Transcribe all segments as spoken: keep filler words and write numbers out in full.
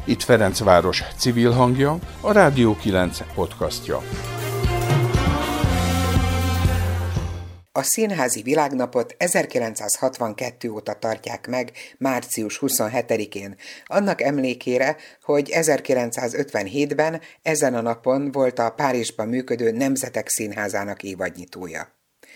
Itt Ferencváros civil hangja, a Rádió kilenc podcastja. A Színházi Világnapot ezerkilencszázhatvankettő óta tartják meg március huszonhetedikén, annak emlékére, hogy ezerkilencszázötvenhétben ezen a napon volt a Párizsban működő Nemzetek Színházának évadnyitója.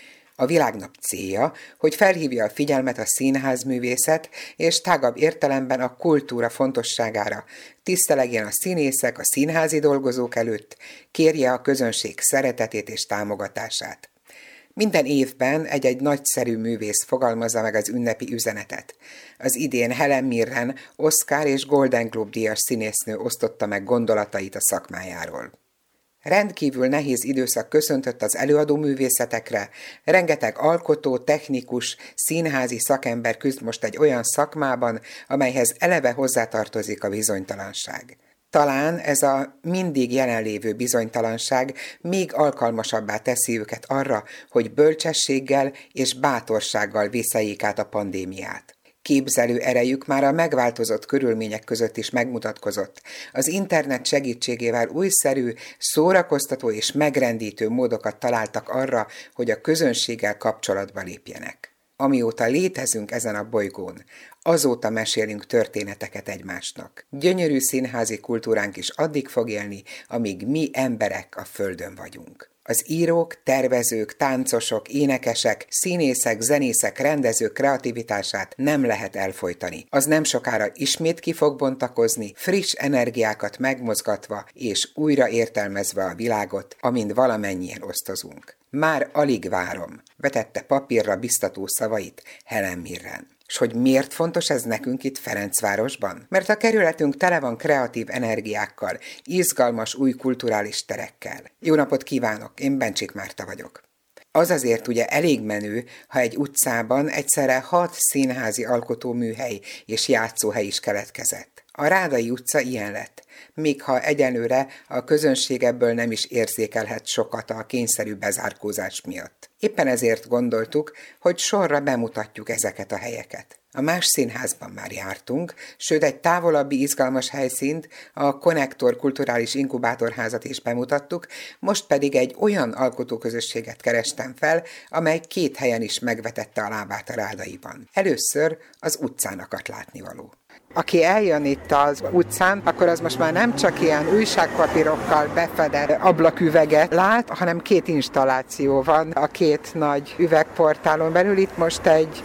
A világnap célja, hogy felhívja a figyelmet a színházművészet és tágabb értelemben a kultúra fontosságára, tisztelegjen a színészek, a színházi dolgozók előtt, kérje a közönség szeretetét és támogatását. Minden évben egy-egy nagyszerű művész fogalmazza meg az ünnepi üzenetet. Az idén Helen Mirren, Oscar és Golden Globe-díjas színésznő osztotta meg gondolatait a szakmájáról. Rendkívül nehéz időszak köszöntött az előadó művészetekre, rengeteg alkotó, technikus, színházi szakember küzd most egy olyan szakmában, amelyhez eleve hozzátartozik a bizonytalanság. Talán ez a mindig jelenlévő bizonytalanság még alkalmasabbá teszi őket arra, hogy bölcsességgel és bátorsággal viszeljék át a pandémiát. Képzelő erejük már a megváltozott körülmények között is megmutatkozott. Az internet segítségével újszerű, szórakoztató és megrendítő módokat találtak arra, hogy a közönséggel kapcsolatba lépjenek. Amióta létezünk ezen a bolygón, azóta mesélünk történeteket egymásnak. Gyönyörű színházi kultúránk is addig fog élni, amíg mi emberek a földön vagyunk. Az írók, tervezők, táncosok, énekesek, színészek, zenészek, rendezők kreativitását nem lehet elfojtani. Az nem sokára ismét ki fog bontakozni, friss energiákat megmozgatva és újra értelmezve a világot, amint valamennyien osztozunk. Már alig várom, vetette papírra biztató szavait Helen Mirren. S hogy miért fontos ez nekünk itt Ferencvárosban? Mert a kerületünk tele van kreatív energiákkal, izgalmas új kulturális terekkel. Jó napot kívánok, én Bencsik Márta vagyok. Az azért ugye elég menő, ha egy utcában egyszerre hat színházi alkotóműhely és játszóhely is keletkezett. A Rádai utca ilyen lett, még ha egyenlőre a közönség ebből nem is érzékelhet sokat a kényszerű bezárkózás miatt. Éppen ezért gondoltuk, hogy sorra bemutatjuk ezeket a helyeket. A más színházban már jártunk, sőt egy távolabbi izgalmas helyszínt, a Konnektor Kulturális Inkubátorházat is bemutattuk, most pedig egy olyan alkotóközösséget kerestem fel, amely két helyen is megvetette a lábát a Rádaiban. Először az utcán akart látnivaló. Aki eljön itt az utcán, akkor az most már nem csak ilyen újságpapírokkal befedett ablaküveget lát, hanem két installáció van a két nagy üvegportálon belül. Itt most egy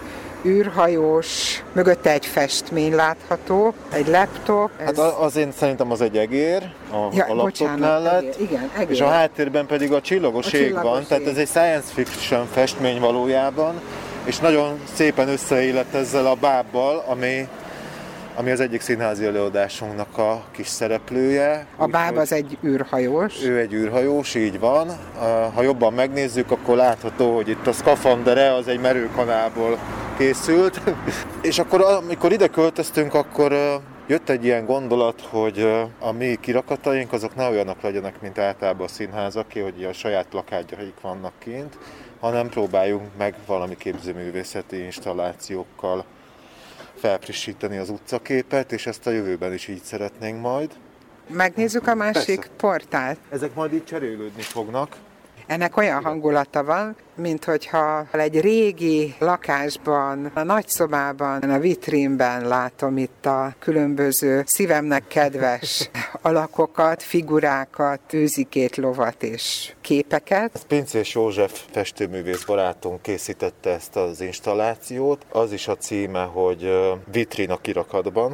űrhajós, mögötte egy festmény látható, egy laptop. Ez... Hát az én szerintem az egy egér a, ja, a laptop mellett, egér. Igen, egér. És a háttérben pedig a csillagos, a ég csillagos van, ég. Tehát ez egy science fiction festmény valójában, és nagyon szépen összeillett ezzel a bábbal, ami ami az egyik színházi előadásunknak a kis szereplője. A báb az egy űrhajós. Ő egy űrhajós, így van. Ha jobban megnézzük, akkor látható, hogy itt a szkafandere az egy merőkanálból készült. És akkor, amikor ide költöztünk, akkor jött egy ilyen gondolat, hogy a mi kirakataink azok ne olyanok legyenek, mint általában a színházaké, hogy a saját plakátjaik vannak kint, hanem próbáljunk meg valami képzőművészeti installációkkal felfrissíteni az utcaképet, és ezt a jövőben is így szeretnénk majd. Megnézzük a másik Persze. portált. Ezek majd így cserélődni fognak. Ennek olyan hangulata van, mint hogyha egy régi lakásban, a nagyszobában, a vitrínben látom itt a különböző szívemnek kedves alakokat, figurákat, őzikét, lovat és képeket. Pincés József festőművész barátunk készítette ezt az installációt. Az is a címe, hogy Vitrin a kirakatban.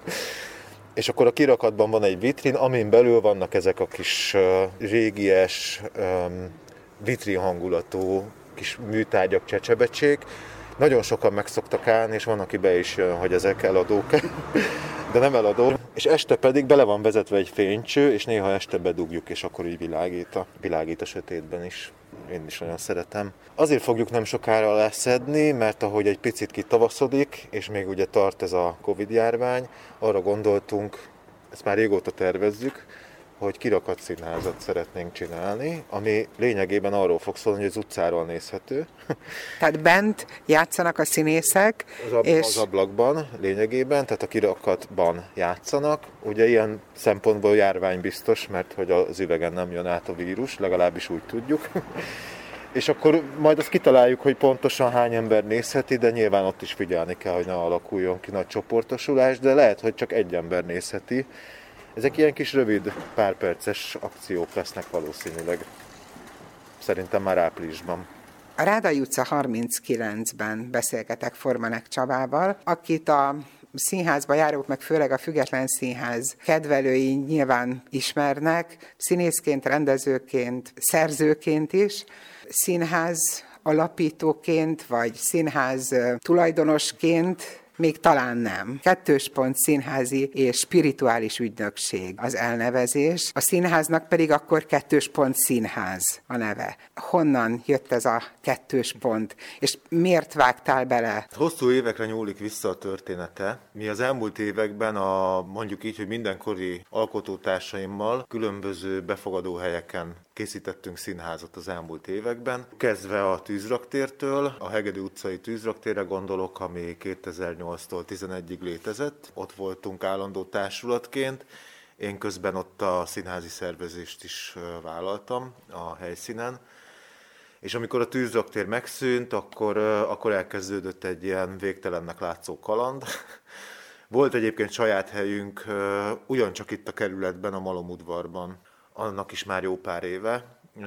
És akkor a kirakatban van egy vitrin, amin belül vannak ezek a kis uh, régies, um, vitrin hangulatú kis műtárgyak, csecsebecsék. Nagyon sokan meg szoktak állni, és van, aki be is jön, hogy ezek eladók, de nem eladó. És este pedig bele van vezetve egy fénycső, és néha este bedugjuk, és akkor így világít a, világít a sötétben is. Én is nagyon szeretem. Azért fogjuk nem sokára leszedni, mert ahogy egy picit kitavaszodik, és még ugye tart ez a Covid járvány, arra gondoltunk, ezt már régóta tervezzük, hogy kirakat színházat szeretnénk csinálni, ami lényegében arról fog szólni, hogy az utcáról nézhető. Tehát bent játszanak a színészek, az, ab- és... az ablakban lényegében, tehát a kirakatban játszanak. Ugye ilyen szempontból járványbiztos, mert hogy az üvegen nem jön át a vírus, legalábbis úgy tudjuk. És akkor majd azt kitaláljuk, hogy pontosan hány ember nézheti, de nyilván ott is figyelni kell, hogy ne alakuljon ki nagy csoportosulás, de lehet, hogy csak egy ember nézheti. Ezek ilyen kis rövid, pár perces akciók lesznek valószínűleg. Szerintem már áprilisban. A Rádai utca harminckilencben beszélgetek Formanek Csabával, akit a színházba járók, meg főleg a Független Színház kedvelői nyilván ismernek, színészként, rendezőként, szerzőként is, színház alapítóként, vagy színház tulajdonosként még talán nem. Kettős pont színházi és spirituális ügynökség az elnevezés, a színháznak pedig akkor kettős pont színház a neve. Honnan jött ez a kettős pont, és miért vágtál bele? Hosszú évekre nyúlik vissza a története. Mi az elmúlt években a, mondjuk így, hogy mindenkori alkotótársaimmal különböző befogadó helyeken készítettünk színházat az elmúlt években. Kezdve a Tűzraktértől, a Hegedű utcai Tűzraktérre gondolok, ami kétezer-nyolctól tizenegyig létezett. Ott voltunk állandó társulatként. Én közben ott a színházi szervezést is vállaltam a helyszínen. És amikor a Tűzraktér megszűnt, akkor, akkor elkezdődött egy ilyen végtelennek látszó kaland. Volt egyébként saját helyünk ugyancsak itt a kerületben, a Malom udvarban. Annak is már jó pár éve.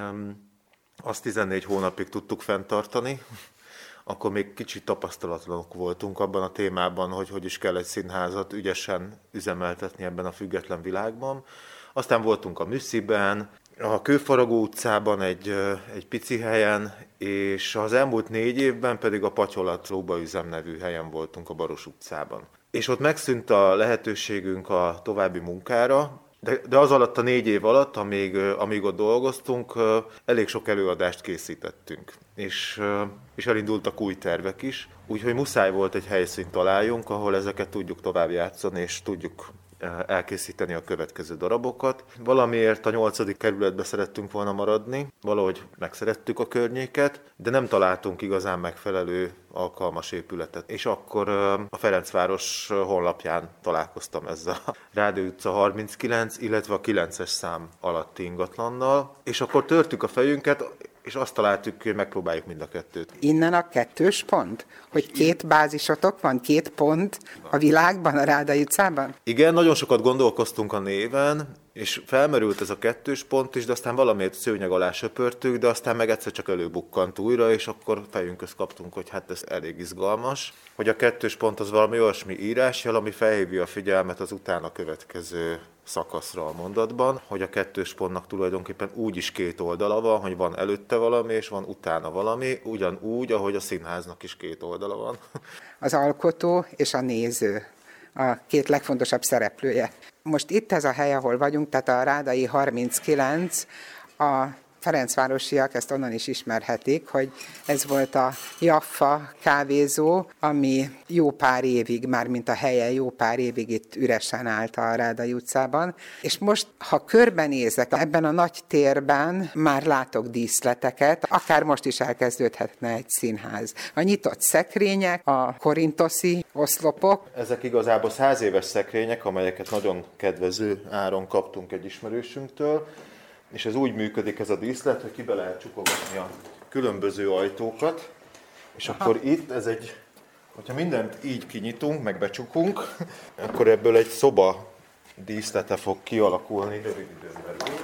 Azt tizennégy hónapig tudtuk fenntartani. Akkor még kicsit tapasztalatlanok voltunk abban a témában, hogy hogy is kell egy színházat ügyesen üzemeltetni ebben a független világban. Aztán voltunk a Műsziben, a Kőfaragó utcában egy, egy pici helyen, és az elmúlt négy évben pedig a Patyolat Próbaüzem nevű helyen voltunk a Baros utcában. És ott megszűnt a lehetőségünk a további munkára, de, de az alatt a négy év alatt, amíg, amíg ott dolgoztunk, elég sok előadást készítettünk, és, és elindultak új tervek is, úgyhogy muszáj volt egy helyszínt találjunk, ahol ezeket tudjuk tovább játszani, és tudjuk elkészíteni a következő darabokat. Valamiért a nyolcadik kerületbe szerettünk volna maradni, valahogy megszerettük a környéket, de nem találtunk igazán megfelelő alkalmas épületet. És akkor a Ferencváros honlapján találkoztam ezzel a Rádai utca harminckilenc, illetve a kilences szám alatti ingatlannal, és akkor törtük a fejünket, és azt találtuk, hogy megpróbáljuk mind a kettőt. Innen a kettős pont? Hogy két bázisotok van, két pont a világban, a Rádai utcában? Igen, nagyon sokat gondolkoztunk a néven, és felmerült ez a kettős pont is, de aztán valamiért szőnyeg alá söpörtük, de aztán meg egyszer csak előbukkant újra, és akkor fejünkhöz kaptunk, hogy hát ez elég izgalmas. Hogy a kettős pont az valami olyasmi írásjel, ami felhívja a figyelmet az utána következő szakaszra a mondatban, hogy a kettős pontnak tulajdonképpen úgy is két oldala van, hogy van előtte valami, és van utána valami, ugyanúgy, ahogy a színháznak is két oldala van. Az alkotó és a néző, a két legfontosabb szereplője. Most itt ez a hely, ahol vagyunk, tehát a Rádai harminckilenc, a ferencvárosiak ezt onnan is ismerhetik, hogy ez volt a Jaffa kávézó, ami jó pár évig, már mint a helye jó pár évig itt üresen állt a Rádai utcában. És most, ha körbenézek, ebben a nagy térben már látok díszleteket, akár most is elkezdődhetne egy színház. A nyitott szekrények, a korintoszi oszlopok. Ezek igazából száz éves szekrények, amelyeket nagyon kedvező áron kaptunk egy ismerősünktől, és ez úgy működik ez a díszlet, hogy ki be lehet csukogatni a különböző ajtókat, és Aha. akkor itt ez egy, hogyha mindent így kinyitunk, meg becsukunk, akkor ebből egy szoba díszlete fog kialakulni rövid időn belül.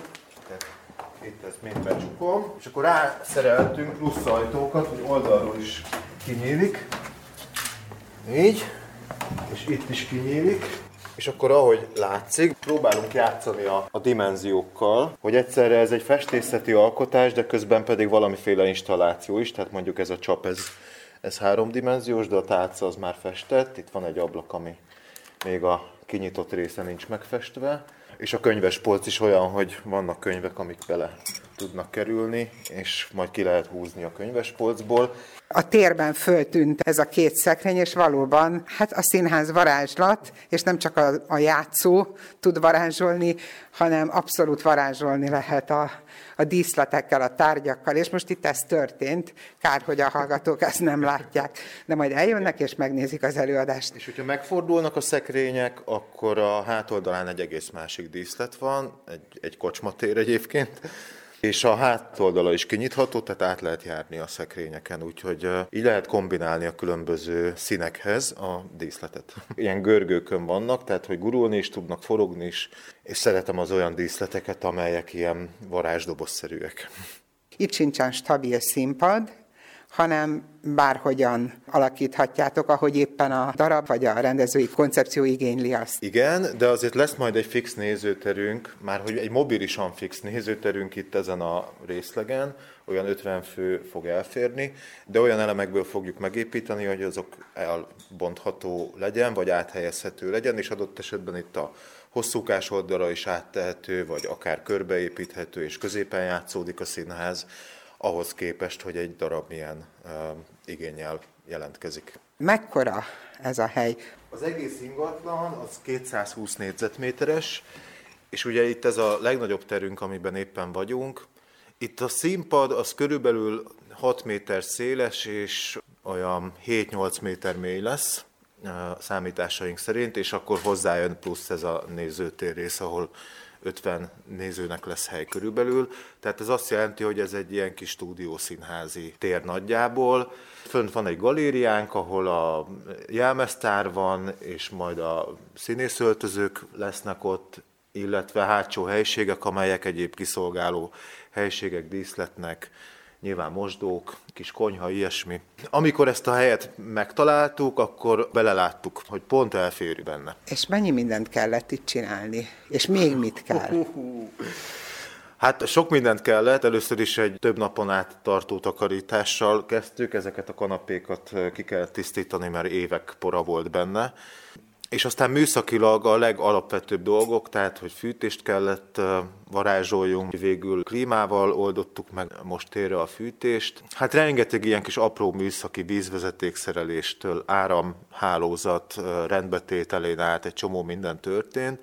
Itt ezt mind becsukom, és akkor rászereltünk plusz ajtókat, hogy oldalról is kinyílik, így, és itt is kinyílik. És akkor ahogy látszik, próbálunk játszani a, a dimenziókkal, hogy egyszerre ez egy festészeti alkotás, de közben pedig valamiféle installáció is, tehát mondjuk ez a csap, ez, ez háromdimenziós, de a tálca az már festett, itt van egy ablak, ami még a kinyitott része nincs megfestve, és a könyvespolc is olyan, hogy vannak könyvek, amik bele tudnak kerülni, és majd ki lehet húzni a könyvespolcból. A térben föltűnt ez a két szekrény, és valóban hát a színház varázslat, és nem csak a, a játszó tud varázsolni, hanem abszolút varázsolni lehet a, a díszletekkel, a tárgyakkal, és most itt ez történt. Kár, hogy a hallgatók ezt nem látják, de majd eljönnek és megnézik az előadást. És hogyha megfordulnak a szekrények, akkor a hátoldalán egy egész másik díszlet van, egy, egy kocsmatér egyébként, és a hátoldala is kinyitható, tehát át lehet járni a szekrényeken, úgyhogy így lehet kombinálni a különböző színekhez a díszletet. Ilyen görgőkön vannak, tehát hogy gurulni is tudnak, forogni is, és szeretem az olyan díszleteket, amelyek ilyen varázsdobozszerűek. Itt sincsen stabil színpad, hanem bárhogyan alakíthatjátok, ahogy éppen a darab vagy a rendezői koncepció igényli azt. Igen, de azért lesz majd egy fix nézőterünk, már hogy egy mobilisan fix nézőterünk itt ezen a részlegen, olyan ötven fő fog elférni, de olyan elemekből fogjuk megépíteni, hogy azok elbontható legyen, vagy áthelyezhető legyen, és adott esetben itt a hosszúkás oldalra is áttehető, vagy akár körbeépíthető, és középen játszódik a színház, ahhoz képest, hogy egy darab milyen uh, igénnyel jelentkezik. Mekkora ez a hely? Az egész ingatlan az kétszázhúsz négyzetméteres, és ugye itt ez a legnagyobb terünk, amiben éppen vagyunk. Itt a színpad az körülbelül hat méter széles, és olyan hét-nyolc méter mély lesz uh, számításaink szerint, és akkor hozzájön plusz ez a nézőtér rész, ahol ötven nézőnek lesz hely körülbelül. Tehát ez azt jelenti, hogy ez egy ilyen kis stúdiószínházi tér nagyjából. Fönt van egy galériánk, ahol a jelmeztár van, és majd a színészöltözők lesznek ott, illetve hátsó helységek, amelyek egyéb kiszolgáló helységek, díszletnek, nyilván mosdók, kis konyha, ilyesmi. Amikor ezt a helyet megtaláltuk, akkor beleláttuk, hogy pont elfér benne. És mennyi mindent kellett itt csinálni? És még mit kell? Hát sok mindent kellett. Először is egy több napon át tartó takarítással kezdtük. Ezeket a kanapékat ki kellett tisztítani, mert évek pora volt benne. És aztán műszakilag a legalapvetőbb dolgok, tehát hogy fűtést kellett varázsoljunk, végül klímával oldottuk meg most térre a fűtést. Hát rengeteg ilyen kis apró műszaki vízvezetékszereléstől, áramhálózat rendbetételén át egy csomó minden történt.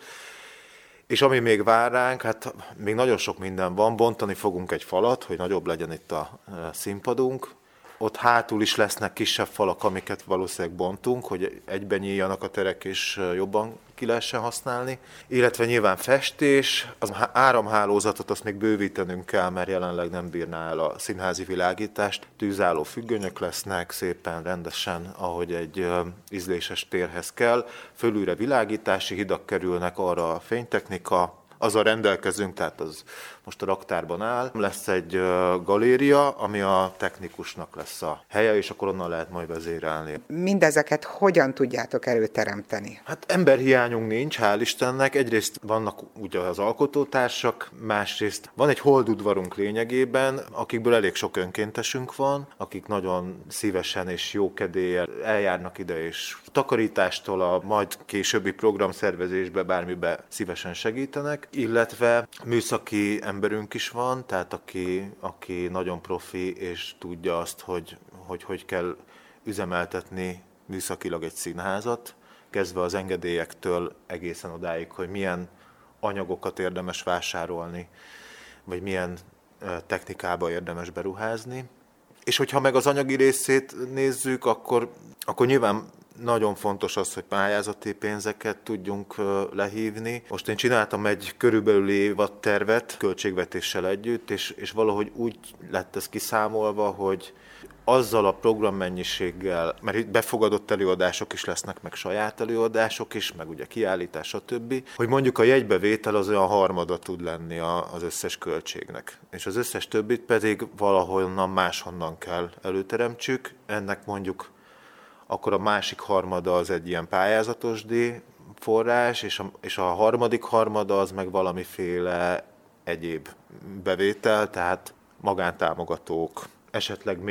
És ami még vár ránk, hát még nagyon sok minden van, bontani fogunk egy falat, hogy nagyobb legyen itt a színpadunk. Ott hátul is lesznek kisebb falak, amiket valószínűleg bontunk, hogy egyben nyíljanak a terek és jobban ki lehessen használni. Illetve nyilván festés, az áramhálózatot azt még bővítenünk kell, mert jelenleg nem bírná el a színházi világítást. Tűzálló függönyök lesznek szépen, rendesen, ahogy egy ízléses térhez kell. Fölülre világítási hidak kerülnek, arra a fénytechnika, azzal rendelkezünk, tehát az most a raktárban áll. Lesz egy galéria, ami a technikusnak lesz a helye, és akkor onnan lehet majd vezérelni. Mindezeket hogyan tudjátok előteremteni? Hát emberhiányunk nincs, hál' Istennek. Egyrészt vannak ugye az alkotótársak, másrészt van egy holdudvarunk lényegében, akikből elég sok önkéntesünk van, akik nagyon szívesen és jókedéllyel eljárnak ide, és takarítástól a majd későbbi programszervezésbe, bármibe szívesen segítenek, illetve műszaki emberünk is van, tehát aki, aki nagyon profi, és tudja azt, hogy, hogy hogy kell üzemeltetni műszakilag egy színházat, kezdve az engedélyektől egészen odáig, hogy milyen anyagokat érdemes vásárolni, vagy milyen technikába érdemes beruházni. És hogyha meg az anyagi részét nézzük, akkor, akkor nyilván nagyon fontos az, hogy pályázati pénzeket tudjunk lehívni. Most én csináltam egy körülbelül évadtervet költségvetéssel együtt, és, és valahogy úgy lett ez kiszámolva, hogy azzal a programmennyiséggel, mert itt befogadott előadások is lesznek, meg saját előadások is, meg ugye kiállítás, stb., hogy mondjuk a jegybevétel az olyan harmada tud lenni az összes költségnek. És az összes többit pedig valahonnan máshonnan kell előteremtsük. Ennek mondjuk akkor a másik harmada az egy ilyen pályázatos díj forrás, és a, és a harmadik harmada az meg valamiféle egyéb bevétel, tehát magántámogatók, esetleg még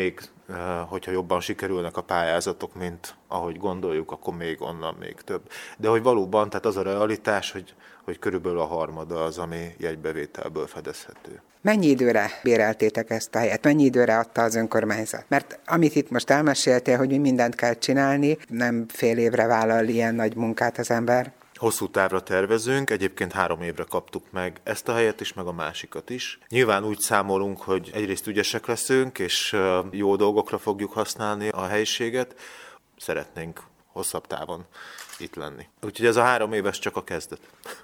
hogyha jobban sikerülnek a pályázatok, mint ahogy gondoljuk, akkor még onnan még több. De hogy valóban, tehát az a realitás, hogy, hogy körülbelül a harmada az, ami jegybevételből fedezhető. Mennyi időre béreltétek ezt a helyet? Mennyi időre adta az önkormányzat? Mert amit itt most elmeséltél, hogy mi mindent kell csinálni, nem fél évre vállal ilyen nagy munkát az ember. Hosszú távra tervezünk, egyébként három évre kaptuk meg ezt a helyet is, meg a másikat is. Nyilván úgy számolunk, hogy egyrészt ügyesek leszünk, és jó dolgokra fogjuk használni a helyiséget. Szeretnénk hosszabb távon itt lenni. Úgyhogy ez a három éves csak a kezdet.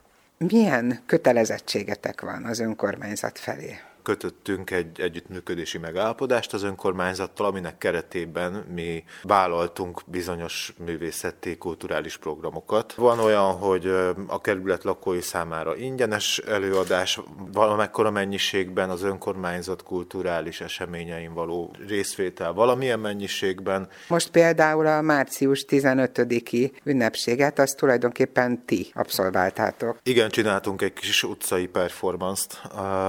Milyen kötelezettségetek van az önkormányzat felé? Kötöttünk egy együttműködési megállapodást az önkormányzattal, aminek keretében mi vállaltunk bizonyos művészeti, kulturális programokat. Van olyan, hogy a kerület lakói számára ingyenes előadás, valamekkora mennyiségben az önkormányzat kulturális eseményein való részvétel valamilyen mennyiségben. Most például a március tizenötödiki ünnepséget, azt tulajdonképpen ti abszolváltátok. Igen, csináltunk egy kis utcai performance-t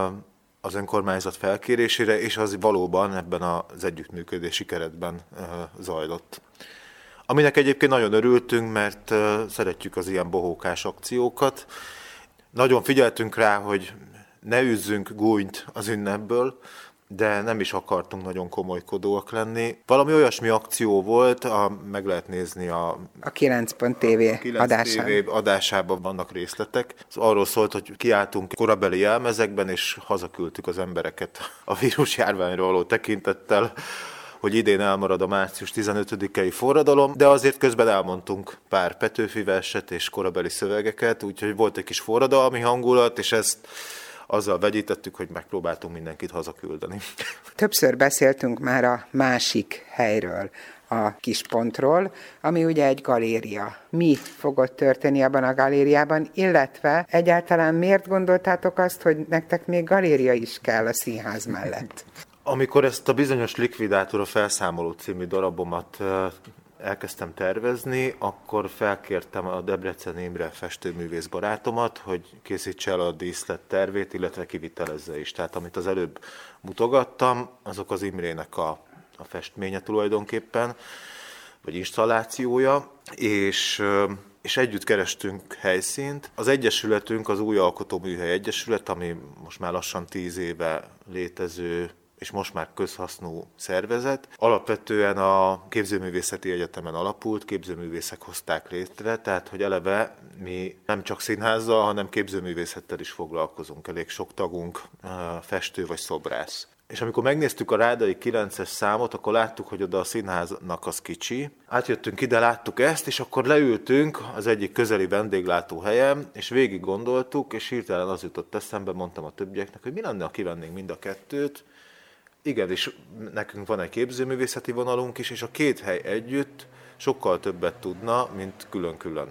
az önkormányzat felkérésére, és az valóban ebben az együttműködési keretben zajlott. Aminek egyébként nagyon örültünk, mert szeretjük az ilyen bohókás akciókat. Nagyon figyeltünk rá, hogy ne üzzünk gúnyt az ünnepből, de nem is akartunk nagyon komolykodóak lenni. Valami olyasmi akció volt, a, meg lehet nézni a... A kilenc pont té vé adásában. adásában vannak részletek. Ez arról szólt, hogy kiálltunk korabeli jelmezekben, és hazaküldtük az embereket a vírusjárványról való tekintettel, hogy idén elmarad a március tizenötödikei forradalom, de azért közben elmondtunk pár Petőfi verset és korabeli szövegeket, úgyhogy volt egy kis forradalmi hangulat, és ezt azzal vegyítettük, hogy megpróbáltunk mindenkit hazaküldeni. Többször beszéltünk már a másik helyről, a Kispontról, ami ugye egy galéria. Mi fogott történni abban a galériában, illetve egyáltalán miért gondoltátok azt, hogy nektek még galéria is kell a színház mellett? Amikor ezt a bizonyos Likvidátor a felszámoló című darabomat elkezdtem tervezni, akkor felkértem a Debrecen Imre festőművész barátomat, hogy készítse el a díszlet tervét, illetve kivitelezze is. Tehát amit az előbb mutogattam, azok az Imrének a, a festménye tulajdonképpen, vagy installációja, és, és együtt kerestünk helyszínt. Az egyesületünk az Új Alkotóműhely Egyesület, ami most már lassan tíz éve létező, és most már közhasznú szervezet. Alapvetően a Képzőművészeti Egyetemen alapult, képzőművészek hozták létre, tehát hogy eleve mi nem csak színházzal, hanem képzőművészettel is foglalkozunk. Elég sok tagunk festő vagy szobrász. És amikor megnéztük a Rádai kilences számot, akkor láttuk, hogy oda a színháznak az kicsi. Átjöttünk ide, láttuk ezt, és akkor leültünk az egyik közeli vendéglátóhelyen, és végig gondoltuk, és hirtelen az jutott eszembe, mondtam a többieknek, hogy mi lenne, ha kivennénk mind a kettőt. Igen, és nekünk van egy képzőművészeti vonalunk is, és a két hely együtt sokkal többet tudna, mint külön-külön.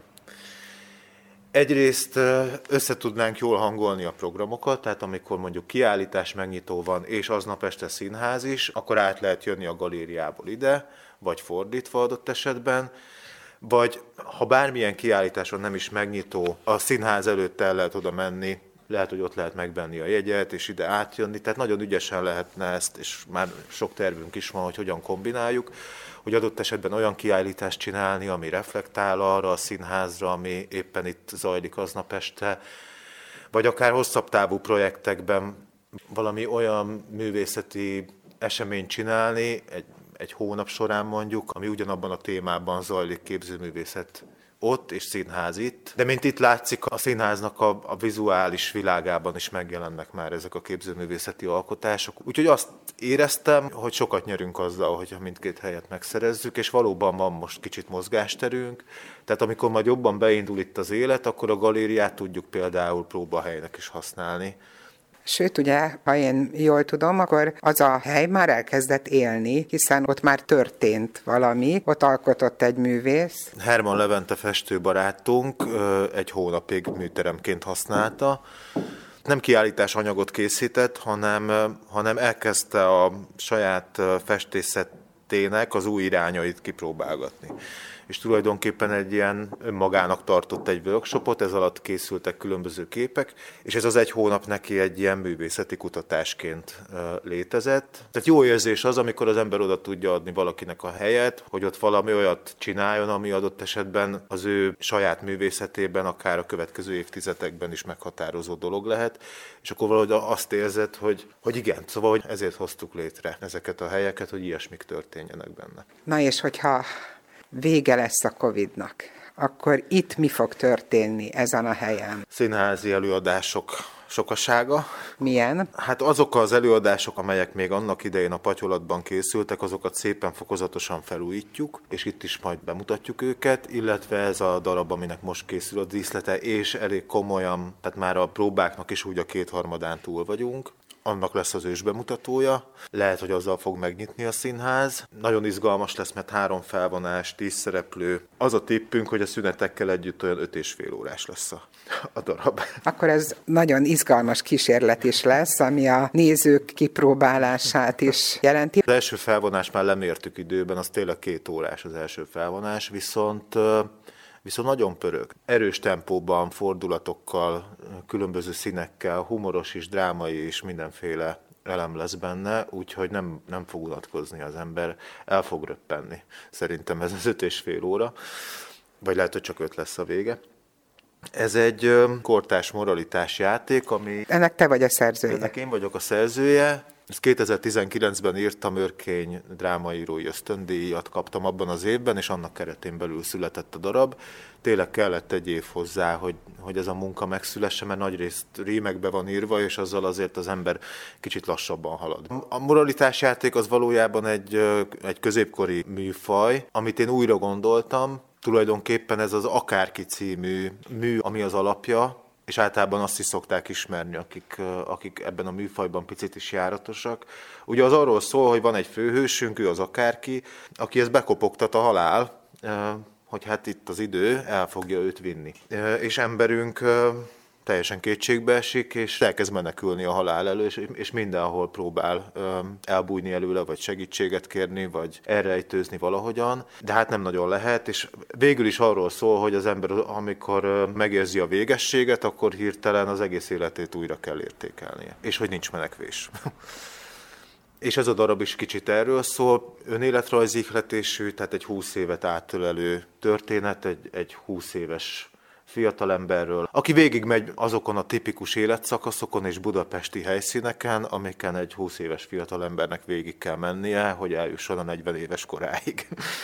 Egyrészt össze tudnánk jól hangolni a programokat, tehát amikor mondjuk kiállítás megnyitó van, és aznap este színház is, akkor át lehet jönni a galériából ide, vagy fordítva adott esetben, vagy ha bármilyen kiállításon nem is megnyitó, a színház előtt el lehet oda menni, lehet, hogy ott lehet megvenni a jegyet, és ide átjönni, tehát nagyon ügyesen lehetne ezt, és már sok tervünk is van, hogy hogyan kombináljuk, hogy adott esetben olyan kiállítást csinálni, ami reflektál arra a színházra, ami éppen itt zajlik aznap este, vagy akár hosszabb távú projektekben valami olyan művészeti eseményt csinálni, egy, egy hónap során mondjuk, ami ugyanabban a témában zajlik, képzőművészet ott és színház itt. De mint itt látszik, a színháznak a, a vizuális világában is megjelennek már ezek a képzőművészeti alkotások. Úgyhogy azt éreztem, hogy sokat nyerünk azzal, hogyha mindkét helyet megszerezzük, és valóban van most kicsit mozgásterünk. Tehát amikor majd jobban beindul itt az élet, akkor a galériát tudjuk például próbahelynek is használni. Sőt, ugye, ha én jól tudom, akkor az a hely már elkezdett élni, hiszen ott már történt valami, ott alkotott egy művész. Herman Levente festőbarátunk egy hónapig műteremként használta. Nem kiállítás anyagot készített, hanem, hanem elkezdte a saját festészetének az új irányait kipróbálgatni. és tulajdonképpen egy ilyen önmagának tartott egy workshopot, ez alatt készültek különböző képek, és ez az egy hónap neki egy ilyen művészeti kutatásként létezett. Tehát jó érzés az, amikor az ember oda tudja adni valakinek a helyet, hogy ott valami olyat csináljon, ami adott esetben az ő saját művészetében, akár a következő évtizedekben is meghatározó dolog lehet, és akkor valahogy azt érzed, hogy, hogy igen, szóval hogy ezért hoztuk létre ezeket a helyeket, hogy ilyesmik történjenek benne. Na és hogyha vége lesz a Covidnak, akkor itt mi fog történni ezen a helyen? Színházi előadások sokasága. Milyen? Hát azok az előadások, amelyek még annak idején a Patyolatban készültek, azokat szépen fokozatosan felújítjuk, és itt is majd bemutatjuk őket, illetve ez a darab, aminek most készül a díszlete, és elég komolyan, tehát már a próbáknak is úgy a kétharmadán túl vagyunk. Annak lesz az ősbemutatója, lehet, hogy azzal fog megnyitni a színház. Nagyon izgalmas lesz, mert három felvonás, tíz szereplő. Az a tippünk, hogy a szünetekkel együtt olyan öt és fél órás lesz a, a darab. Akkor ez nagyon izgalmas kísérlet is lesz, ami a nézők kipróbálását is jelenti. Az első felvonás már lemértük időben, az tényleg két órás az első felvonás, viszont... Viszont nagyon pörög. Erős tempóban, fordulatokkal, különböző színekkel, humoros is, drámai is, mindenféle elem lesz benne, úgyhogy nem, nem fog unatkozni az ember, el fog röppenni. Szerintem ez az öt és fél óra, vagy lehet, hogy csak öt lesz a vége. Ez egy kortárs moralitás játék, ami... Ennek te vagy a szerzője. Ennek én vagyok a szerzője. Ezt kétezer-tizenkilencben írtam, Örkény drámaírói ösztöndíjat kaptam abban az évben, és annak keretén belül született a darab. Tényleg kellett egy év hozzá, hogy, hogy ez a munka megszülesse, mert nagyrészt rímekbe van írva, és azzal azért az ember kicsit lassabban halad. A moralitásjáték az valójában egy, egy középkori műfaj, amit én újra gondoltam. Tulajdonképpen ez az Akárki című mű, ami az alapja, és általában azt is szokták ismerni, akik, akik ebben a műfajban picit is járatosak. Ugye az arról szól, hogy van egy főhősünk, ő az Akárki, aki ezt bekopogtat a halál, hogy hát itt az idő, el fogja őt vinni. És emberünk teljesen kétségbe esik, és elkezd menekülni a halál elől, és mindenhol próbál elbújni előle, vagy segítséget kérni, vagy elrejtőzni valahogyan, de hát nem nagyon lehet, és végül is arról szól, hogy az ember, amikor megérzi a végességet, akkor hirtelen az egész életét újra kell értékelnie, és hogy nincs menekvés. És ez a darab is kicsit erről szól, önéletrajzi ihletésű, tehát egy húsz évet átölelő történet, egy, egy húsz éves fiatalemberről, aki végigmegy azokon a tipikus életszakaszokon és budapesti helyszíneken, amiken egy húsz éves fiatalembernek végig kell mennie, hogy eljusson a negyven éves koráig.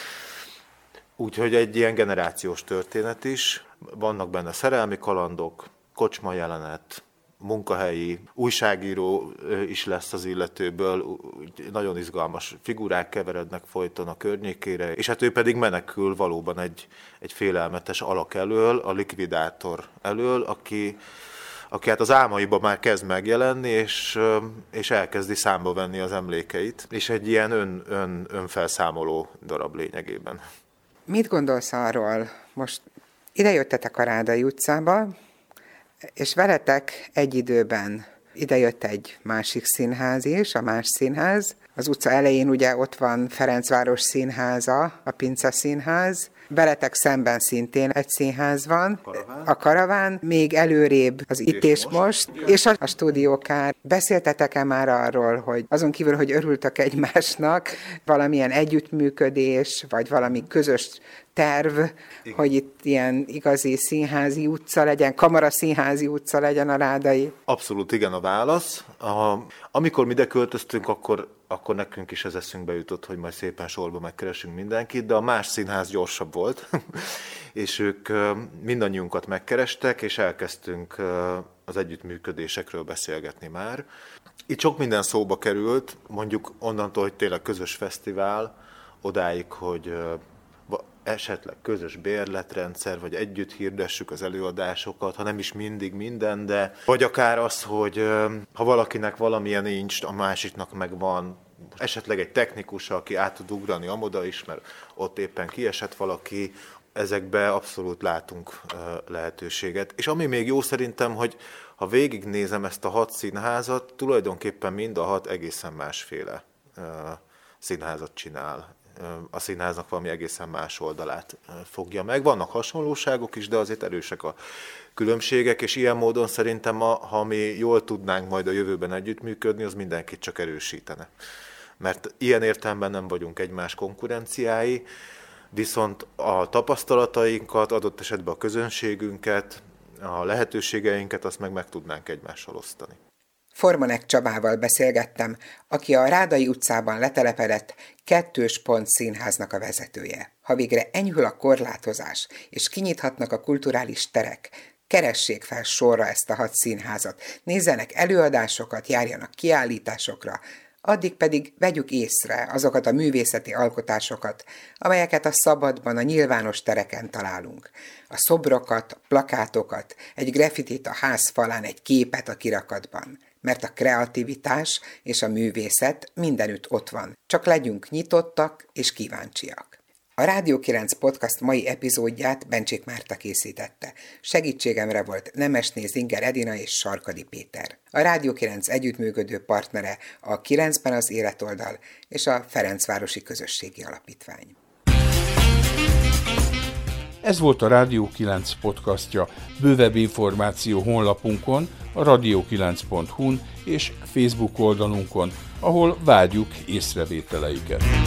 Úgyhogy egy ilyen generációs történet is. Vannak benne szerelmi kalandok, kocsma jelenet, munkahelyi újságíró is lesz az illetőből, nagyon izgalmas figurák keverednek folyton a környékére, és hát ő pedig menekül valóban egy, egy félelmetes alak elől, a likvidátor elől, aki, aki hát az álmaiban már kezd megjelenni, és, és elkezdi számba venni az emlékeit, és egy ilyen ön, ön, önfelszámoló darab lényegében. Mit gondolsz arról? Most idejöttetek a Rádai utcába, és veletek egy időben idejött egy másik színház is, a Más Színház. Az utca elején ugye ott van Ferencváros Színháza, a Pince Színház. Veletek szemben szintén egy színház van, Karaván. A Karaván, még előrébb az Itt és, és Most, most és a, a Stúdiókár. Beszéltetek-e már arról, hogy azon kívül, hogy örültök egymásnak, valamilyen együttműködés, vagy valami közös terv, igen, hogy itt ilyen igazi színházi utca legyen, kamara színházi utca legyen a Rádai? Abszolút igen a válasz. A, amikor mi ide költöztünk, akkor, akkor nekünk is ez eszünkbe jutott, hogy majd szépen sorba megkeresünk mindenkit, de a Más Színház gyorsabb volt, és ők mindannyiunkat megkerestek, és elkezdtünk az együttműködésekről beszélgetni már. Itt sok minden szóba került, mondjuk onnantól, hogy tényleg közös fesztivál, odáig, hogy esetleg közös bérletrendszer, vagy együtt hirdessük az előadásokat, ha nem is mindig minden, de vagy akár az, hogy ha valakinek valamilyen nincs, a másiknak meg van, esetleg egy technikus, aki át tud ugrani amoda is, mert ott éppen kiesett valaki, ezekbe abszolút látunk lehetőséget. És ami még jó szerintem, hogy ha végignézem ezt a hat színházat, tulajdonképpen mind a hat egészen másféle színházat csinál. a színháznak valami egészen más oldalát fogja meg. Vannak hasonlóságok is, de azért erősek a különbségek, és ilyen módon szerintem, ha mi jól tudnánk majd a jövőben együttműködni, az mindenkit csak erősítene. Mert ilyen értelemben nem vagyunk egymás konkurenciái, viszont a tapasztalatainkat, adott esetben a közönségünket, a lehetőségeinket, azt meg meg tudnánk egymással osztani. Formanek Csabával beszélgettem, aki a Rádai utcában letelepedett Kettős Pont színháznak a vezetője. Ha végre enyhül a korlátozás, és kinyithatnak a kulturális terek, keressék fel sorra ezt a hat színházat, nézzenek előadásokat, járjanak kiállításokra, addig pedig vegyük észre azokat a művészeti alkotásokat, amelyeket a szabadban, a nyilvános tereken találunk. A szobrokat, a plakátokat, egy graffitit a ház falán, egy képet a kirakatban. Mert a kreativitás és a művészet mindenütt ott van. Csak legyünk nyitottak és kíváncsiak. A Rádió kilenc podcast mai epizódját Bencsik Márta készítette. Segítségemre volt Nemesné Zinger Edina és Sarkadi Péter. A Rádió kilenc együttműködő partnere a kilencben az Életoldal és a Ferencvárosi Közösségi Alapítvány. Ez volt a Rádió kilenc podcastja. Bővebb információ honlapunkon, a rádió kilenc pont hu-n és Facebook oldalunkon, ahol várjuk észrevételeiket.